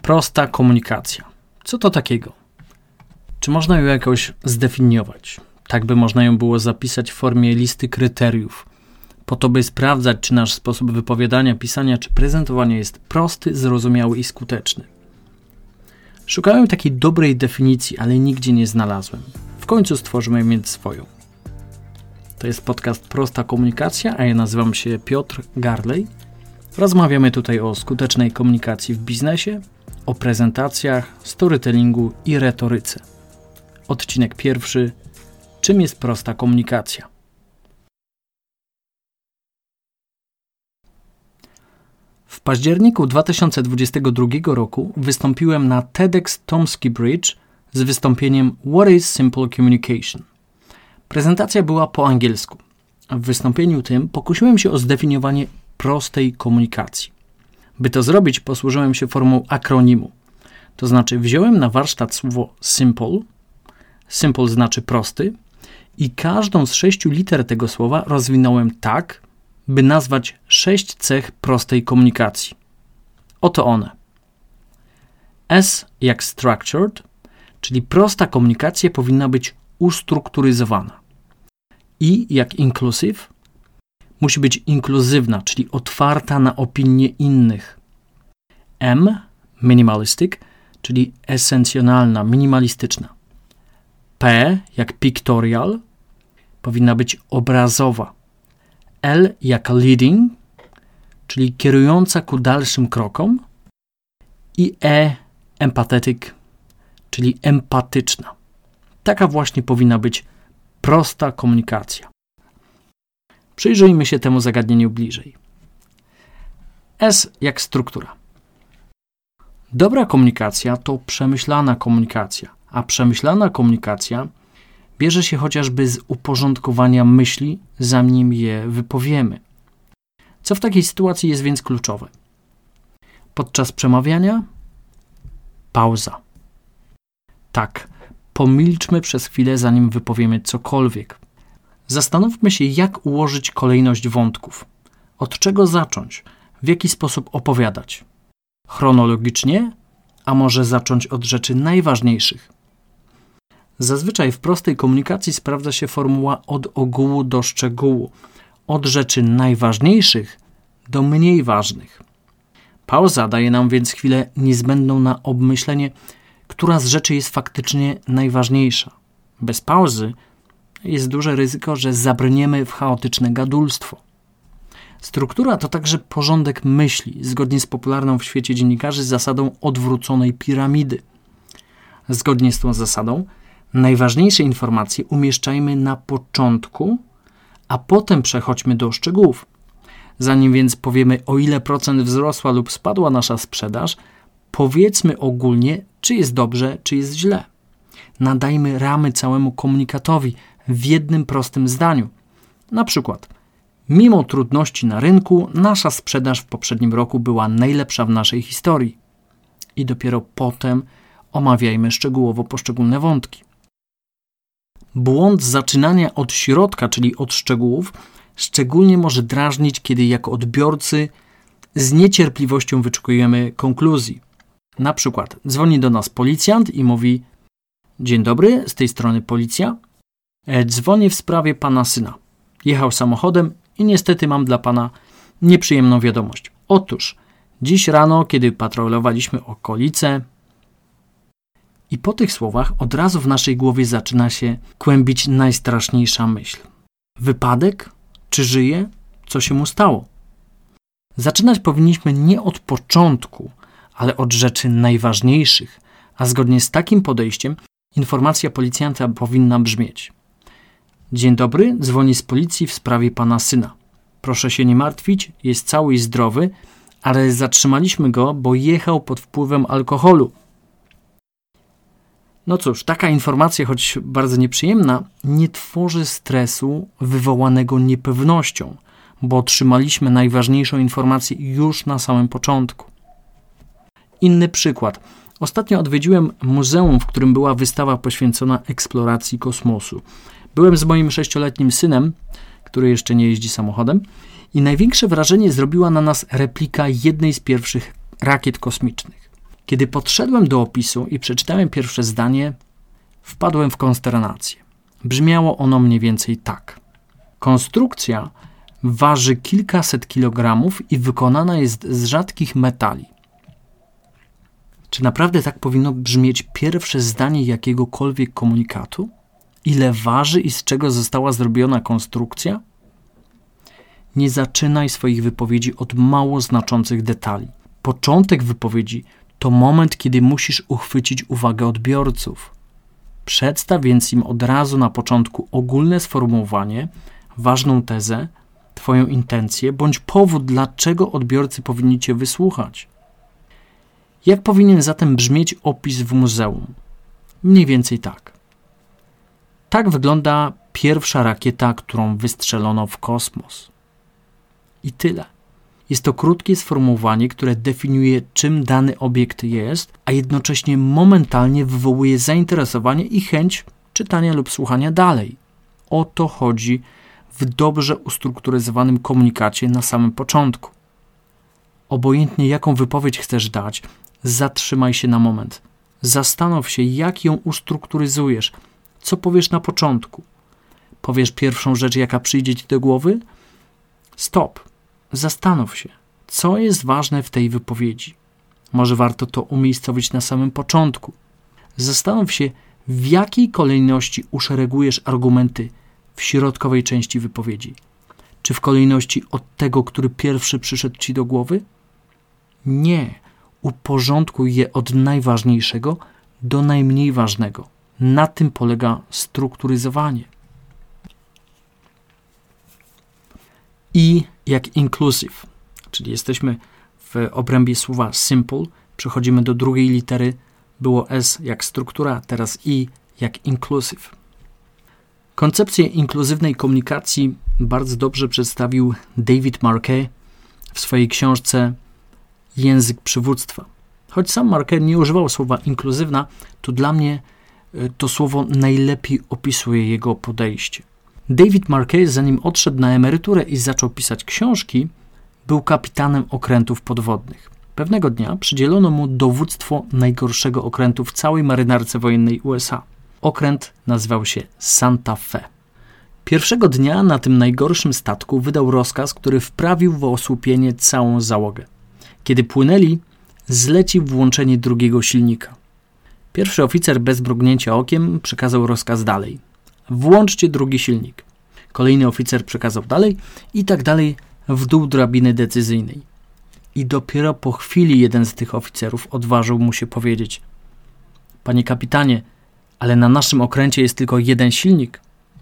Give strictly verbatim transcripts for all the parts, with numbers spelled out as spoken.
Prosta komunikacja. Co to takiego? Czy można ją jakoś zdefiniować? Tak by można ją było zapisać w formie listy kryteriów, po to by sprawdzać, czy nasz sposób wypowiadania, pisania czy prezentowania jest prosty, zrozumiały i skuteczny. Szukałem takiej dobrej definicji, ale nigdzie nie znalazłem. W końcu stworzymy więc swoją. To jest podcast Prosta Komunikacja, a ja nazywam się Piotr Garlej. Rozmawiamy tutaj o skutecznej komunikacji w biznesie, o prezentacjach, storytellingu i retoryce. Odcinek pierwszy. Czym jest prosta komunikacja? W październiku dwa tysiące dwudziestego drugiego roku wystąpiłem na TEDx Tomski Bridge z wystąpieniem What is Simple Communication? Prezentacja była po angielsku. W wystąpieniu tym pokusiłem się o zdefiniowanie prostej komunikacji. By to zrobić, posłużyłem się formą akronimu. To znaczy wziąłem na warsztat słowo simple, simple znaczy prosty, i każdą z sześciu liter tego słowa rozwinąłem tak, by nazwać sześć cech prostej komunikacji. Oto one. S jak structured, czyli prosta komunikacja powinna być ustrukturyzowana. I jak inclusive, musi być inkluzywna, czyli otwarta na opinie innych. M, minimalistic, czyli esencjonalna, minimalistyczna. P, jak pictorial, powinna być obrazowa. L, jak leading, czyli kierująca ku dalszym krokom. I E, empathetic, czyli empatyczna. Taka właśnie powinna być prosta komunikacja. Przyjrzyjmy się temu zagadnieniu bliżej. S jak struktura. Dobra komunikacja to przemyślana komunikacja, a przemyślana komunikacja bierze się chociażby z uporządkowania myśli, zanim je wypowiemy. Co w takiej sytuacji jest więc kluczowe? Podczas przemawiania pauza. Tak, pomilczmy przez chwilę, zanim wypowiemy cokolwiek. Zastanówmy się, jak ułożyć kolejność wątków. Od czego zacząć? W jaki sposób opowiadać? Chronologicznie? A może zacząć od rzeczy najważniejszych? Zazwyczaj w prostej komunikacji sprawdza się formuła od ogółu do szczegółu, od rzeczy najważniejszych do mniej ważnych. Pauza daje nam więc chwilę niezbędną na obmyślenie, która z rzeczy jest faktycznie najważniejsza. Bez pauzy jest duże ryzyko, że zabrniemy w chaotyczne gadulstwo. Struktura to także porządek myśli, zgodnie z popularną w świecie dziennikarzy zasadą odwróconej piramidy. Zgodnie z tą zasadą najważniejsze informacje umieszczajmy na początku, a potem przechodźmy do szczegółów. Zanim więc powiemy, o ile procent wzrosła lub spadła nasza sprzedaż, powiedzmy ogólnie, czy jest dobrze, czy jest źle. Nadajmy ramy całemu komunikatowi w jednym prostym zdaniu. Na przykład, mimo trudności na rynku, nasza sprzedaż w poprzednim roku była najlepsza w naszej historii. I dopiero potem omawiajmy szczegółowo poszczególne wątki. Błąd zaczynania od środka, czyli od szczegółów, szczególnie może drażnić, kiedy jako odbiorcy z niecierpliwością wyczekujemy konkluzji. Na przykład dzwoni do nas policjant i mówi: dzień dobry, z tej strony policja. E, dzwonię w sprawie pana syna. Jechał samochodem i niestety mam dla pana nieprzyjemną wiadomość. Otóż dziś rano, kiedy patrolowaliśmy okolice, i po tych słowach od razu w naszej głowie zaczyna się kłębić najstraszniejsza myśl. Wypadek? Czy żyje? Co się mu stało? Zaczynać powinniśmy nie od początku, ale od rzeczy najważniejszych, a zgodnie z takim podejściem informacja policjanta powinna brzmieć: dzień dobry, dzwoni z policji w sprawie pana syna. Proszę się nie martwić, jest cały i zdrowy, ale zatrzymaliśmy go, bo jechał pod wpływem alkoholu. No cóż, taka informacja, choć bardzo nieprzyjemna, nie tworzy stresu wywołanego niepewnością, bo otrzymaliśmy najważniejszą informację już na samym początku. Inny przykład. Ostatnio odwiedziłem muzeum, w którym była wystawa poświęcona eksploracji kosmosu. Byłem z moim sześcioletnim synem, który jeszcze nie jeździ samochodem, i największe wrażenie zrobiła na nas replika jednej z pierwszych rakiet kosmicznych. Kiedy podszedłem do opisu i przeczytałem pierwsze zdanie, wpadłem w konsternację. Brzmiało ono mniej więcej tak. Konstrukcja waży kilkaset kilogramów i wykonana jest z rzadkich metali. Czy naprawdę tak powinno brzmieć pierwsze zdanie jakiegokolwiek komunikatu? Ile waży i z czego została zrobiona konstrukcja? Nie zaczynaj swoich wypowiedzi od mało znaczących detali. Początek wypowiedzi to moment, kiedy musisz uchwycić uwagę odbiorców. Przedstaw więc im od razu na początku ogólne sformułowanie, ważną tezę, Twoją intencję bądź powód, dlaczego odbiorcy powinni Cię wysłuchać. Jak powinien zatem brzmieć opis w muzeum? Mniej więcej tak. Tak wygląda pierwsza rakieta, którą wystrzelono w kosmos. I tyle. Jest to krótkie sformułowanie, które definiuje, czym dany obiekt jest, a jednocześnie momentalnie wywołuje zainteresowanie i chęć czytania lub słuchania dalej. O to chodzi w dobrze ustrukturyzowanym komunikacie na samym początku. Obojętnie jaką wypowiedź chcesz dać, zatrzymaj się na moment. Zastanów się, jak ją ustrukturyzujesz. Co powiesz na początku? Powiesz pierwszą rzecz, jaka przyjdzie Ci do głowy? Stop. Zastanów się, co jest ważne w tej wypowiedzi. Może warto to umiejscowić na samym początku. Zastanów się, w jakiej kolejności uszeregujesz argumenty w środkowej części wypowiedzi. Czy w kolejności od tego, który pierwszy przyszedł Ci do głowy? Nie. Uporządkuj je od najważniejszego do najmniej ważnego. Na tym polega strukturyzowanie. I jak inclusive, czyli jesteśmy w obrębie słowa simple, przechodzimy do drugiej litery, było S jak struktura, teraz I jak inclusive. Koncepcję inkluzywnej komunikacji bardzo dobrze przedstawił David Marquet w swojej książce Język przywództwa. Choć sam Marquet nie używał słowa inkluzywna, to dla mnie to słowo najlepiej opisuje jego podejście. David Marquet, zanim odszedł na emeryturę i zaczął pisać książki, był kapitanem okrętów podwodnych. Pewnego dnia przydzielono mu dowództwo najgorszego okrętu w całej marynarce wojennej U S A. Okręt nazywał się Santa Fe. Pierwszego dnia na tym najgorszym statku wydał rozkaz, który wprawił w osłupienie całą załogę. Kiedy płynęli, zlecił włączenie drugiego silnika. Pierwszy oficer bez mrugnięcia okiem przekazał rozkaz dalej. Włączcie drugi silnik. Kolejny oficer przekazał dalej i tak dalej w dół drabiny decyzyjnej. I dopiero po chwili jeden z tych oficerów odważył mu się powiedzieć: Panie kapitanie, ale na naszym okręcie jest tylko jeden silnik.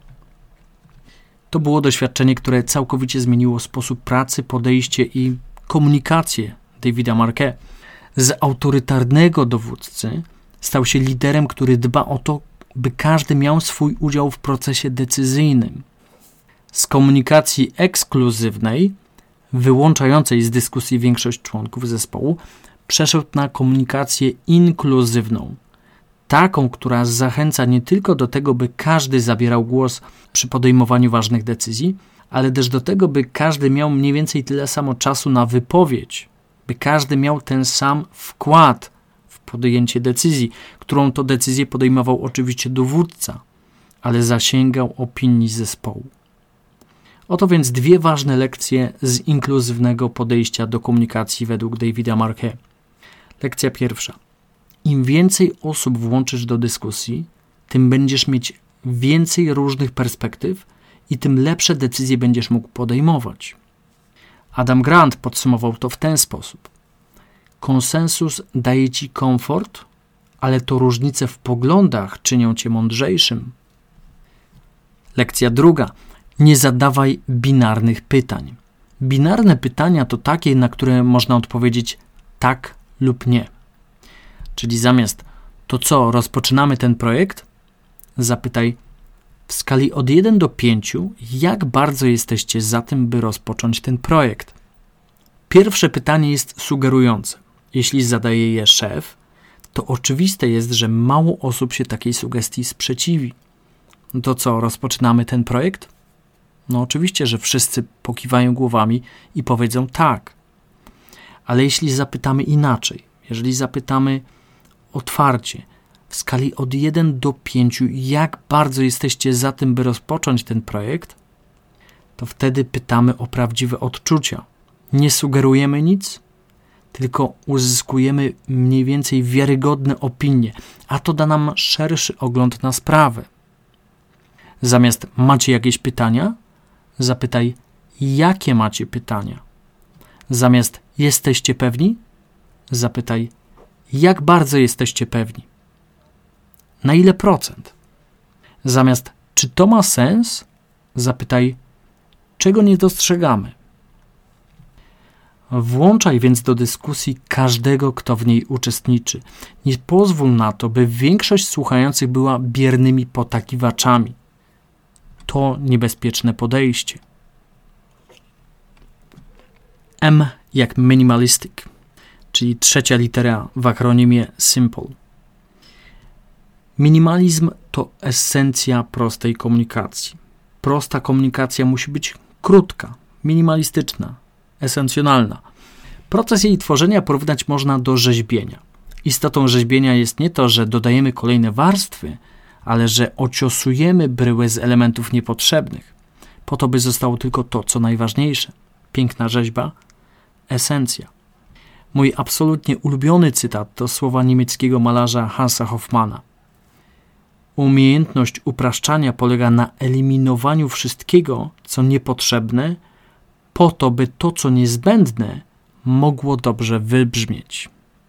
To było doświadczenie, które całkowicie zmieniło sposób pracy, podejście i komunikację Davida Marquet. Z autorytarnego dowódcy stał się liderem, który dba o to, by każdy miał swój udział w procesie decyzyjnym. Z komunikacji ekskluzywnej, wyłączającej z dyskusji większość członków zespołu, przeszedł na komunikację inkluzywną. Taką, która zachęca nie tylko do tego, by każdy zabierał głos przy podejmowaniu ważnych decyzji, ale też do tego, by każdy miał mniej więcej tyle samo czasu na wypowiedź, by każdy miał ten sam wkład w podjęcie decyzji, którą to decyzję podejmował oczywiście dowódca, ale zasięgał opinii zespołu. Oto więc dwie ważne lekcje z inkluzywnego podejścia do komunikacji według Davida Marquet. Lekcja pierwsza. Im więcej osób włączysz do dyskusji, tym będziesz mieć więcej różnych perspektyw i tym lepsze decyzje będziesz mógł podejmować. Adam Grant podsumował to w ten sposób. Konsensus daje ci komfort, ale to różnice w poglądach czynią cię mądrzejszym. Lekcja druga. Nie zadawaj binarnych pytań. Binarne pytania to takie, na które można odpowiedzieć tak lub nie. Czyli zamiast to co, rozpoczynamy ten projekt? Zapytaj w skali od jeden do pięciu, jak bardzo jesteście za tym, by rozpocząć ten projekt. Pierwsze pytanie jest sugerujące. Jeśli zadaje je szef, to oczywiste jest, że mało osób się takiej sugestii sprzeciwi. No to co, rozpoczynamy ten projekt? No oczywiście, że wszyscy pokiwają głowami i powiedzą tak. Ale jeśli zapytamy inaczej, jeżeli zapytamy otwarcie, w skali od jeden do pięciu, jak bardzo jesteście za tym, by rozpocząć ten projekt, to wtedy pytamy o prawdziwe odczucia. Nie sugerujemy nic, tylko uzyskujemy mniej więcej wiarygodne opinie, a to da nam szerszy ogląd na sprawę. Zamiast macie jakieś pytania, zapytaj, jakie macie pytania. Zamiast jesteście pewni, zapytaj, jak bardzo jesteście pewni. Na ile procent? Zamiast czy to ma sens, zapytaj, czego nie dostrzegamy. Włączaj więc do dyskusji każdego, kto w niej uczestniczy. Nie pozwól na to, by większość słuchających była biernymi potakiwaczami. To niebezpieczne podejście. M jak minimalistic, czyli trzecia litera w akronimie SIMPLE. Minimalizm to esencja prostej komunikacji. Prosta komunikacja musi być krótka, minimalistyczna, esencjonalna. Proces jej tworzenia porównać można do rzeźbienia. Istotą rzeźbienia jest nie to, że dodajemy kolejne warstwy, ale że ociosujemy bryłę z elementów niepotrzebnych, po to, by zostało tylko to, co najważniejsze. Piękna rzeźba, esencja. Mój absolutnie ulubiony cytat to słowa niemieckiego malarza Hansa Hofmana. Umiejętność upraszczania polega na eliminowaniu wszystkiego, co niepotrzebne, po to, by to, co niezbędne, mogło dobrze wybrzmieć.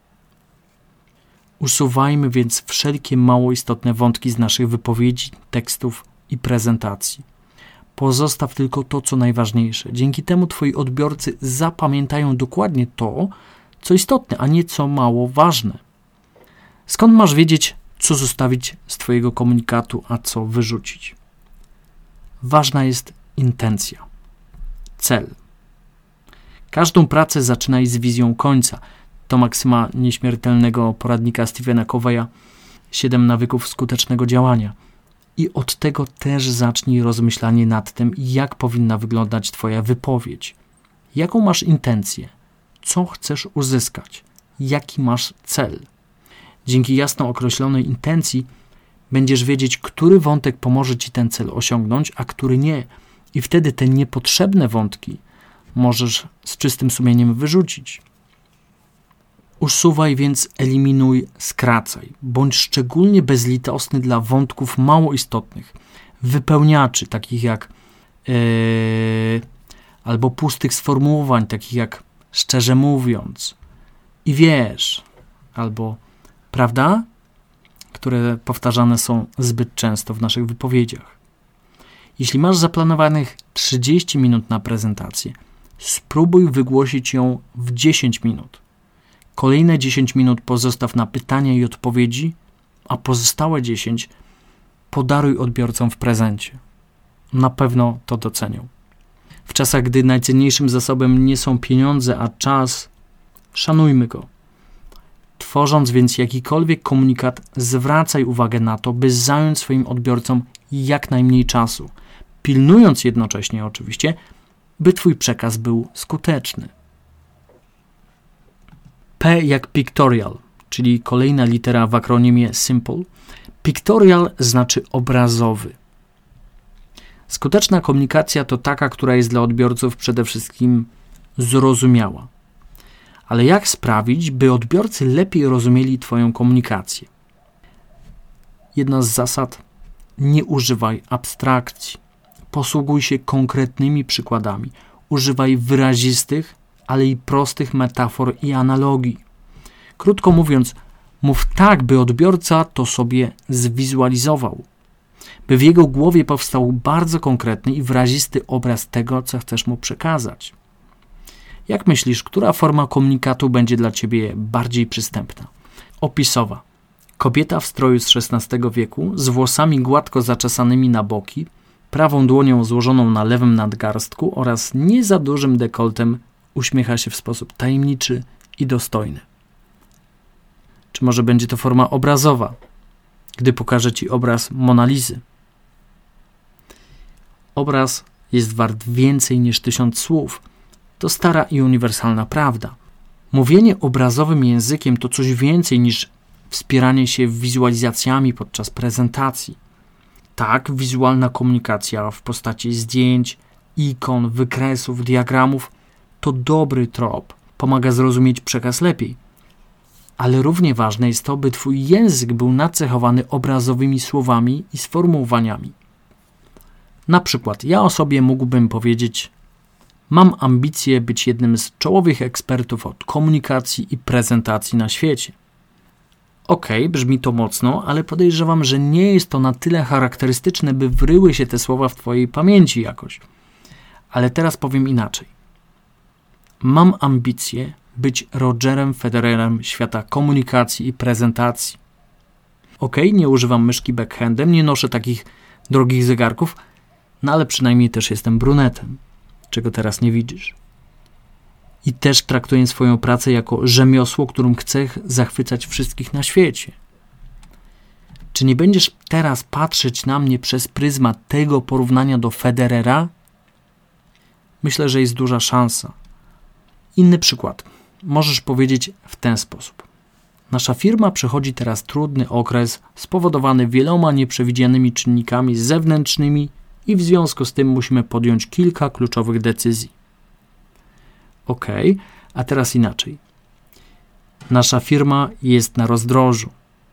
Usuwajmy więc wszelkie mało istotne wątki z naszych wypowiedzi, tekstów i prezentacji. Pozostaw tylko to, co najważniejsze. Dzięki temu twoi odbiorcy zapamiętają dokładnie to, co istotne, a nie co mało ważne. Skąd masz wiedzieć, co zostawić z twojego komunikatu, a co wyrzucić? Ważna jest intencja, cel. Każdą pracę zaczynaj z wizją końca. To maksyma nieśmiertelnego poradnika Stephena Coveya siedem nawyków skutecznego działania. I od tego też zacznij rozmyślanie nad tym, jak powinna wyglądać twoja wypowiedź. Jaką masz intencję? Co chcesz uzyskać? Jaki masz cel? Dzięki jasno określonej intencji będziesz wiedzieć, który wątek pomoże ci ten cel osiągnąć, a który nie. I wtedy te niepotrzebne wątki możesz z czystym sumieniem wyrzucić. Usuwaj więc, eliminuj, skracaj. Bądź szczególnie bezlitosny dla wątków mało istotnych, wypełniaczy, takich jak yy, albo pustych sformułowań, takich jak szczerze mówiąc i wiesz, albo prawda, które powtarzane są zbyt często w naszych wypowiedziach. Jeśli masz zaplanowanych trzydzieści minut na prezentację, spróbuj wygłosić ją w dziesięć minut. Kolejne dziesięć minut pozostaw na pytania i odpowiedzi, a pozostałe dziesięć podaruj odbiorcom w prezencie. Na pewno to docenią. W czasach, gdy najcenniejszym zasobem nie są pieniądze, a czas, szanujmy go. Tworząc więc jakikolwiek komunikat, zwracaj uwagę na to, by zająć swoim odbiorcom jak najmniej czasu, pilnując jednocześnie oczywiście, by twój przekaz był skuteczny. P jak pictorial, czyli kolejna litera w akronimie SIMPLE. Pictorial znaczy obrazowy. Skuteczna komunikacja to taka, która jest dla odbiorców przede wszystkim zrozumiała. Ale jak sprawić, by odbiorcy lepiej rozumieli twoją komunikację? Jedna z zasad: nie używaj abstrakcji. Posługuj się konkretnymi przykładami. Używaj wyrazistych, ale i prostych metafor i analogii. Krótko mówiąc, mów tak, by odbiorca to sobie zwizualizował. By w jego głowie powstał bardzo konkretny i wyrazisty obraz tego, co chcesz mu przekazać. Jak myślisz, która forma komunikatu będzie dla ciebie bardziej przystępna? Opisowa. Kobieta w stroju z szesnastego wieku, z włosami gładko zaczesanymi na boki, prawą dłonią złożoną na lewym nadgarstku oraz nie za dużym dekoltem, uśmiecha się w sposób tajemniczy i dostojny. Czy może będzie to forma obrazowa, gdy pokażę ci obraz Mona Lisy? Obraz jest wart więcej niż tysiąc słów. To stara i uniwersalna prawda. Mówienie obrazowym językiem to coś więcej niż wspieranie się wizualizacjami podczas prezentacji. Tak, wizualna komunikacja w postaci zdjęć, ikon, wykresów, diagramów to dobry trop, pomaga zrozumieć przekaz lepiej. Ale równie ważne jest to, by twój język był nacechowany obrazowymi słowami i sformułowaniami. Na przykład ja o sobie mógłbym powiedzieć: mam ambicje być jednym z czołowych ekspertów od komunikacji i prezentacji na świecie. Okej, okay, brzmi to mocno, ale podejrzewam, że nie jest to na tyle charakterystyczne, by wryły się te słowa w twojej pamięci jakoś. Ale teraz powiem inaczej. Mam ambicje być Rogerem Federerem świata komunikacji i prezentacji. Okej, okay, nie używam myszki backhandem, nie noszę takich drogich zegarków, no ale przynajmniej też jestem brunetem, czego teraz nie widzisz. I też traktuję swoją pracę jako rzemiosło, którym chcę zachwycać wszystkich na świecie. Czy nie będziesz teraz patrzeć na mnie przez pryzmat tego porównania do Federera? Myślę, że jest duża szansa. Inny przykład. Możesz powiedzieć w ten sposób. Nasza firma przechodzi teraz trudny okres spowodowany wieloma nieprzewidzianymi czynnikami zewnętrznymi i w związku z tym musimy podjąć kilka kluczowych decyzji. Ok, a teraz inaczej. Nasza firma jest na rozdrożu.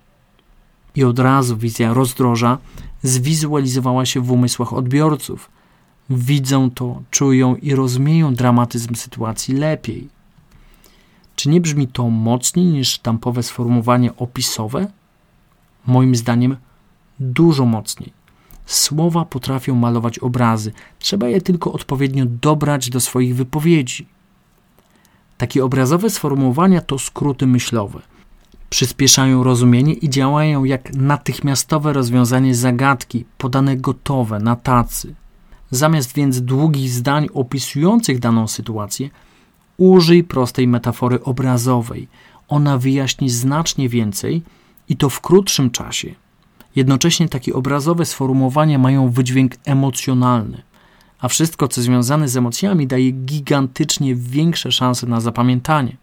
I od razu wizja rozdroża zwizualizowała się w umysłach odbiorców. Widzą to, czują i rozumieją dramatyzm sytuacji lepiej. Czy nie brzmi to mocniej niż sztampowe sformułowanie opisowe? Moim zdaniem dużo mocniej. Słowa potrafią malować obrazy, trzeba je tylko odpowiednio dobrać do swoich wypowiedzi. Takie obrazowe sformułowania to skróty myślowe. Przyspieszają rozumienie i działają jak natychmiastowe rozwiązanie zagadki, podane gotowe, na tacy. Zamiast więc długich zdań opisujących daną sytuację, użyj prostej metafory obrazowej. Ona wyjaśni znacznie więcej i to w krótszym czasie. Jednocześnie takie obrazowe sformułowania mają wydźwięk emocjonalny, a wszystko, co związane z emocjami, daje gigantycznie większe szanse na zapamiętanie.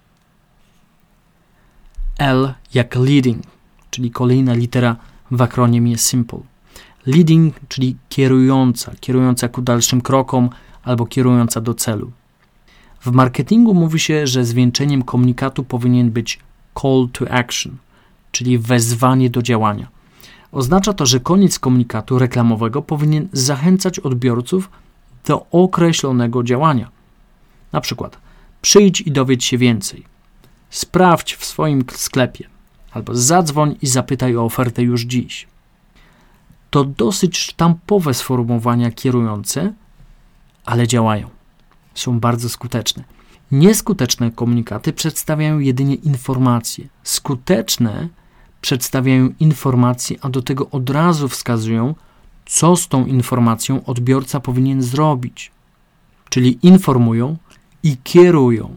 L jak leading, czyli kolejna litera w akronimie SIMPLE. Leading, czyli kierująca, kierująca ku dalszym krokom albo kierująca do celu. W marketingu mówi się, że zwieńczeniem komunikatu powinien być call to action, czyli wezwanie do działania. Oznacza to, że koniec komunikatu reklamowego powinien zachęcać odbiorców do określonego działania. Na przykład przyjdź i dowiedz się więcej, sprawdź w swoim sklepie albo zadzwoń i zapytaj o ofertę już dziś. To dosyć sztampowe sformułowania kierujące, ale działają. Są bardzo skuteczne. Nieskuteczne komunikaty przedstawiają jedynie informacje. Skuteczne przedstawiają informacje, a do tego od razu wskazują, co z tą informacją odbiorca powinien zrobić. Czyli informują i kierują.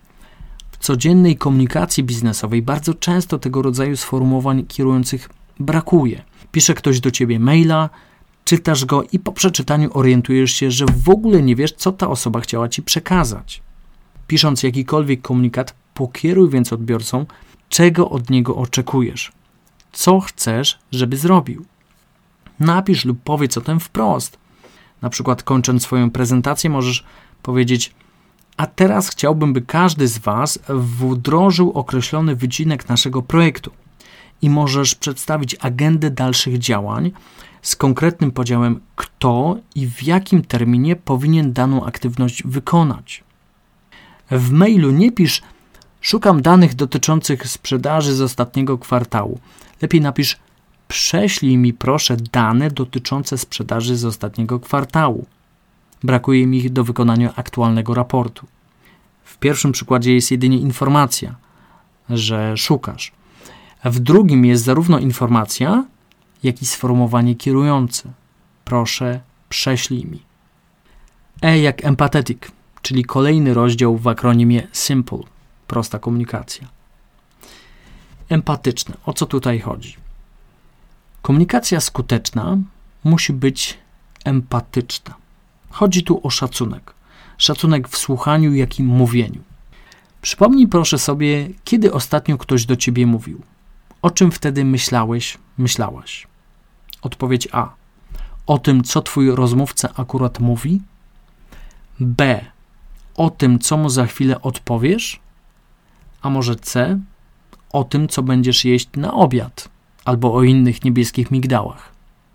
W codziennej komunikacji biznesowej bardzo często tego rodzaju sformułowań kierujących brakuje. Pisze ktoś do ciebie maila, czytasz go i po przeczytaniu orientujesz się, że w ogóle nie wiesz, co ta osoba chciała ci przekazać. Pisząc jakikolwiek komunikat, pokieruj więc odbiorcą, czego od niego oczekujesz. Co chcesz, żeby zrobił. Napisz lub powiedz o tym wprost. Na przykład kończąc swoją prezentację możesz powiedzieć: a teraz chciałbym, by każdy z was wdrożył określony wycinek naszego projektu. I możesz przedstawić agendę dalszych działań z konkretnym podziałem, kto i w jakim terminie powinien daną aktywność wykonać. W mailu nie pisz: szukam danych dotyczących sprzedaży z ostatniego kwartału. Lepiej napisz: prześlij mi proszę dane dotyczące sprzedaży z ostatniego kwartału. Brakuje mi ich do wykonania aktualnego raportu. W pierwszym przykładzie jest jedynie informacja, że szukasz. W drugim jest zarówno informacja, jak i sformułowanie kierujące. Proszę, prześlij mi. E jak empathetic, czyli kolejny rozdział w akronimie SIMPLE. Prosta komunikacja. Empatyczne. O co tutaj chodzi? Komunikacja skuteczna musi być empatyczna. Chodzi tu o szacunek. Szacunek w słuchaniu, jak i mówieniu. Przypomnij proszę sobie, kiedy ostatnio ktoś do ciebie mówił. O czym wtedy myślałeś, myślałaś? Odpowiedź A. O tym, co twój rozmówca akurat mówi. B. O tym, co mu za chwilę odpowiesz. A może C. O tym, co będziesz jeść na obiad. Albo o innych niebieskich migdałach.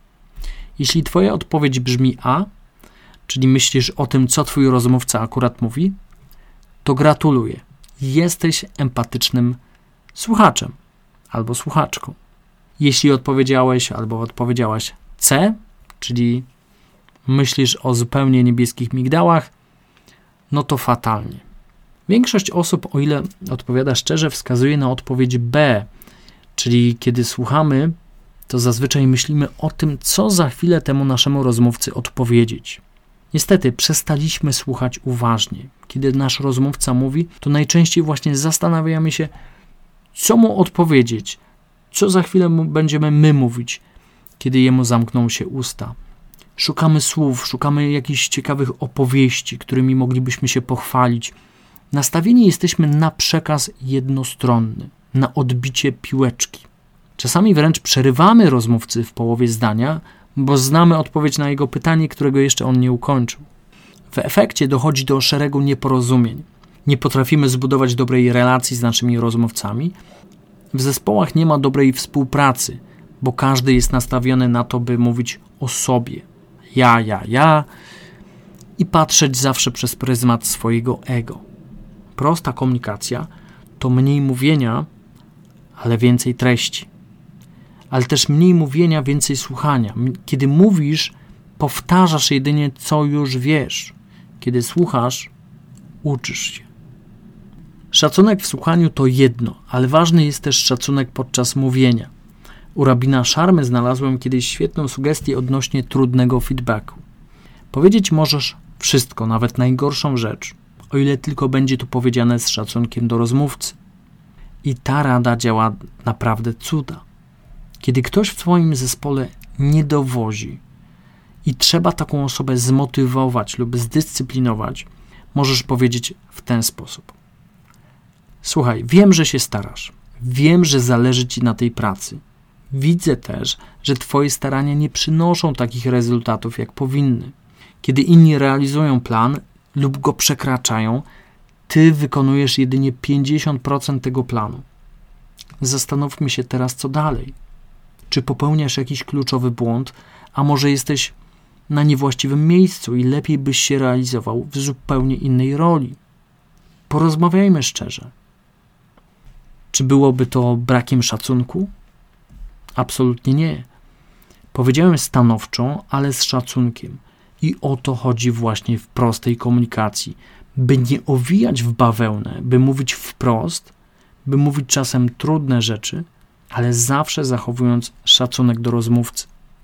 Jeśli twoja odpowiedź brzmi A, czyli myślisz o tym, co twój rozmówca akurat mówi, to gratuluję. Jesteś empatycznym słuchaczem albo słuchaczką. Jeśli odpowiedziałeś albo odpowiedziałaś C, czyli myślisz o zupełnie niebieskich migdałach, no to fatalnie. Większość osób, o ile odpowiada szczerze, wskazuje na odpowiedź B, czyli kiedy słuchamy, to zazwyczaj myślimy o tym, co za chwilę temu naszemu rozmówcy odpowiedzieć. Niestety przestaliśmy słuchać uważnie. Kiedy nasz rozmówca mówi, to najczęściej właśnie zastanawiamy się, co mu odpowiedzieć, co za chwilę mu będziemy my mówić, kiedy jemu zamkną się usta. Szukamy słów, szukamy jakichś ciekawych opowieści, którymi moglibyśmy się pochwalić. Nastawieni jesteśmy na przekaz jednostronny, na odbicie piłeczki. Czasami wręcz przerywamy rozmówcy w połowie zdania, bo znamy odpowiedź na jego pytanie, którego jeszcze on nie ukończył. W efekcie dochodzi do szeregu nieporozumień. Nie potrafimy zbudować dobrej relacji z naszymi rozmówcami. W zespołach nie ma dobrej współpracy, bo każdy jest nastawiony na to, by mówić o sobie. Ja, ja, ja i patrzeć zawsze przez pryzmat swojego ego. Prosta komunikacja to mniej mówienia, ale więcej treści. Ale też mniej mówienia, więcej słuchania. Kiedy mówisz, powtarzasz jedynie, co już wiesz. Kiedy słuchasz, uczysz się. Szacunek w słuchaniu to jedno, ale ważny jest też szacunek podczas mówienia. U rabina Szarmy znalazłem kiedyś świetną sugestię odnośnie trudnego feedbacku. Powiedzieć możesz wszystko, nawet najgorszą rzecz, o ile tylko będzie to powiedziane z szacunkiem do rozmówcy. I ta rada działa naprawdę cuda. Kiedy ktoś w twoim zespole nie dowozi i trzeba taką osobę zmotywować lub zdyscyplinować, możesz powiedzieć w ten sposób. Słuchaj, wiem, że się starasz. Wiem, że zależy ci na tej pracy. Widzę też, że twoje starania nie przynoszą takich rezultatów, jak powinny. Kiedy inni realizują plan lub go przekraczają, ty wykonujesz jedynie pięćdziesiąt procent tego planu. Zastanówmy się teraz, co dalej. Czy popełniasz jakiś kluczowy błąd, a może jesteś na niewłaściwym miejscu i lepiej byś się realizował w zupełnie innej roli. Porozmawiajmy szczerze. Czy byłoby to brakiem szacunku? Absolutnie nie. Powiedziałem stanowczo, ale z szacunkiem. I o to chodzi właśnie w prostej komunikacji. By nie owijać w bawełnę, by mówić wprost, by mówić czasem trudne rzeczy, ale zawsze zachowując szacunek do rozmówcy.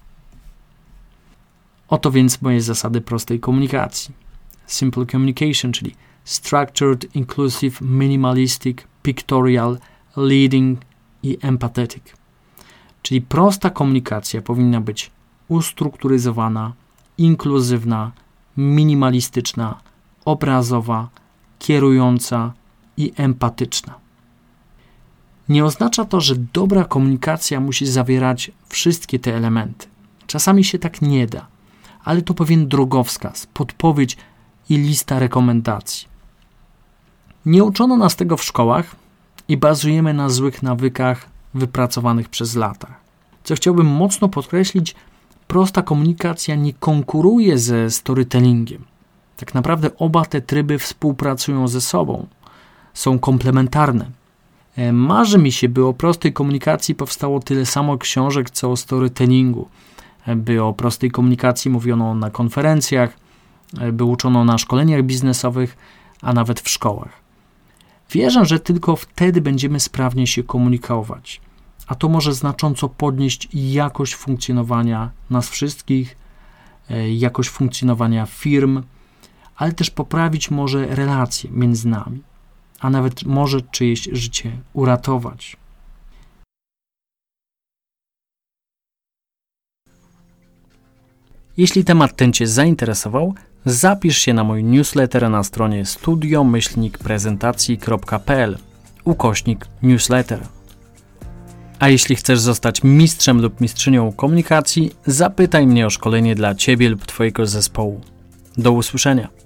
Oto więc moje zasady prostej komunikacji. Simple communication, czyli structured, inclusive, minimalistic, pictorial, leading i empathetic. Czyli prosta komunikacja powinna być ustrukturyzowana, inkluzywna, minimalistyczna, obrazowa, kierująca i empatyczna. Nie oznacza to, że dobra komunikacja musi zawierać wszystkie te elementy. Czasami się tak nie da, ale to pewien drogowskaz, podpowiedź i lista rekomendacji. Nie uczono nas tego w szkołach i bazujemy na złych nawykach wypracowanych przez lata. Co chciałbym mocno podkreślić, prosta komunikacja nie konkuruje ze storytellingiem. Tak naprawdę oba te tryby współpracują ze sobą, są komplementarne. Marzy mi się, by o prostej komunikacji powstało tyle samo książek, co o storytellingu. By o prostej komunikacji mówiono na konferencjach, by uczono na szkoleniach biznesowych, a nawet w szkołach. Wierzę, że tylko wtedy będziemy sprawnie się komunikować, a to może znacząco podnieść jakość funkcjonowania nas wszystkich, jakość funkcjonowania firm, ale też poprawić może relacje między nami, a nawet może czyjeś życie uratować. Jeśli temat ten Cię zainteresował, zapisz się na mój newsletter na stronie studio myślnik prezentacji kropka p l ukośnik newsletter. A jeśli chcesz zostać mistrzem lub mistrzynią komunikacji, zapytaj mnie o szkolenie dla Ciebie lub Twojego zespołu. Do usłyszenia.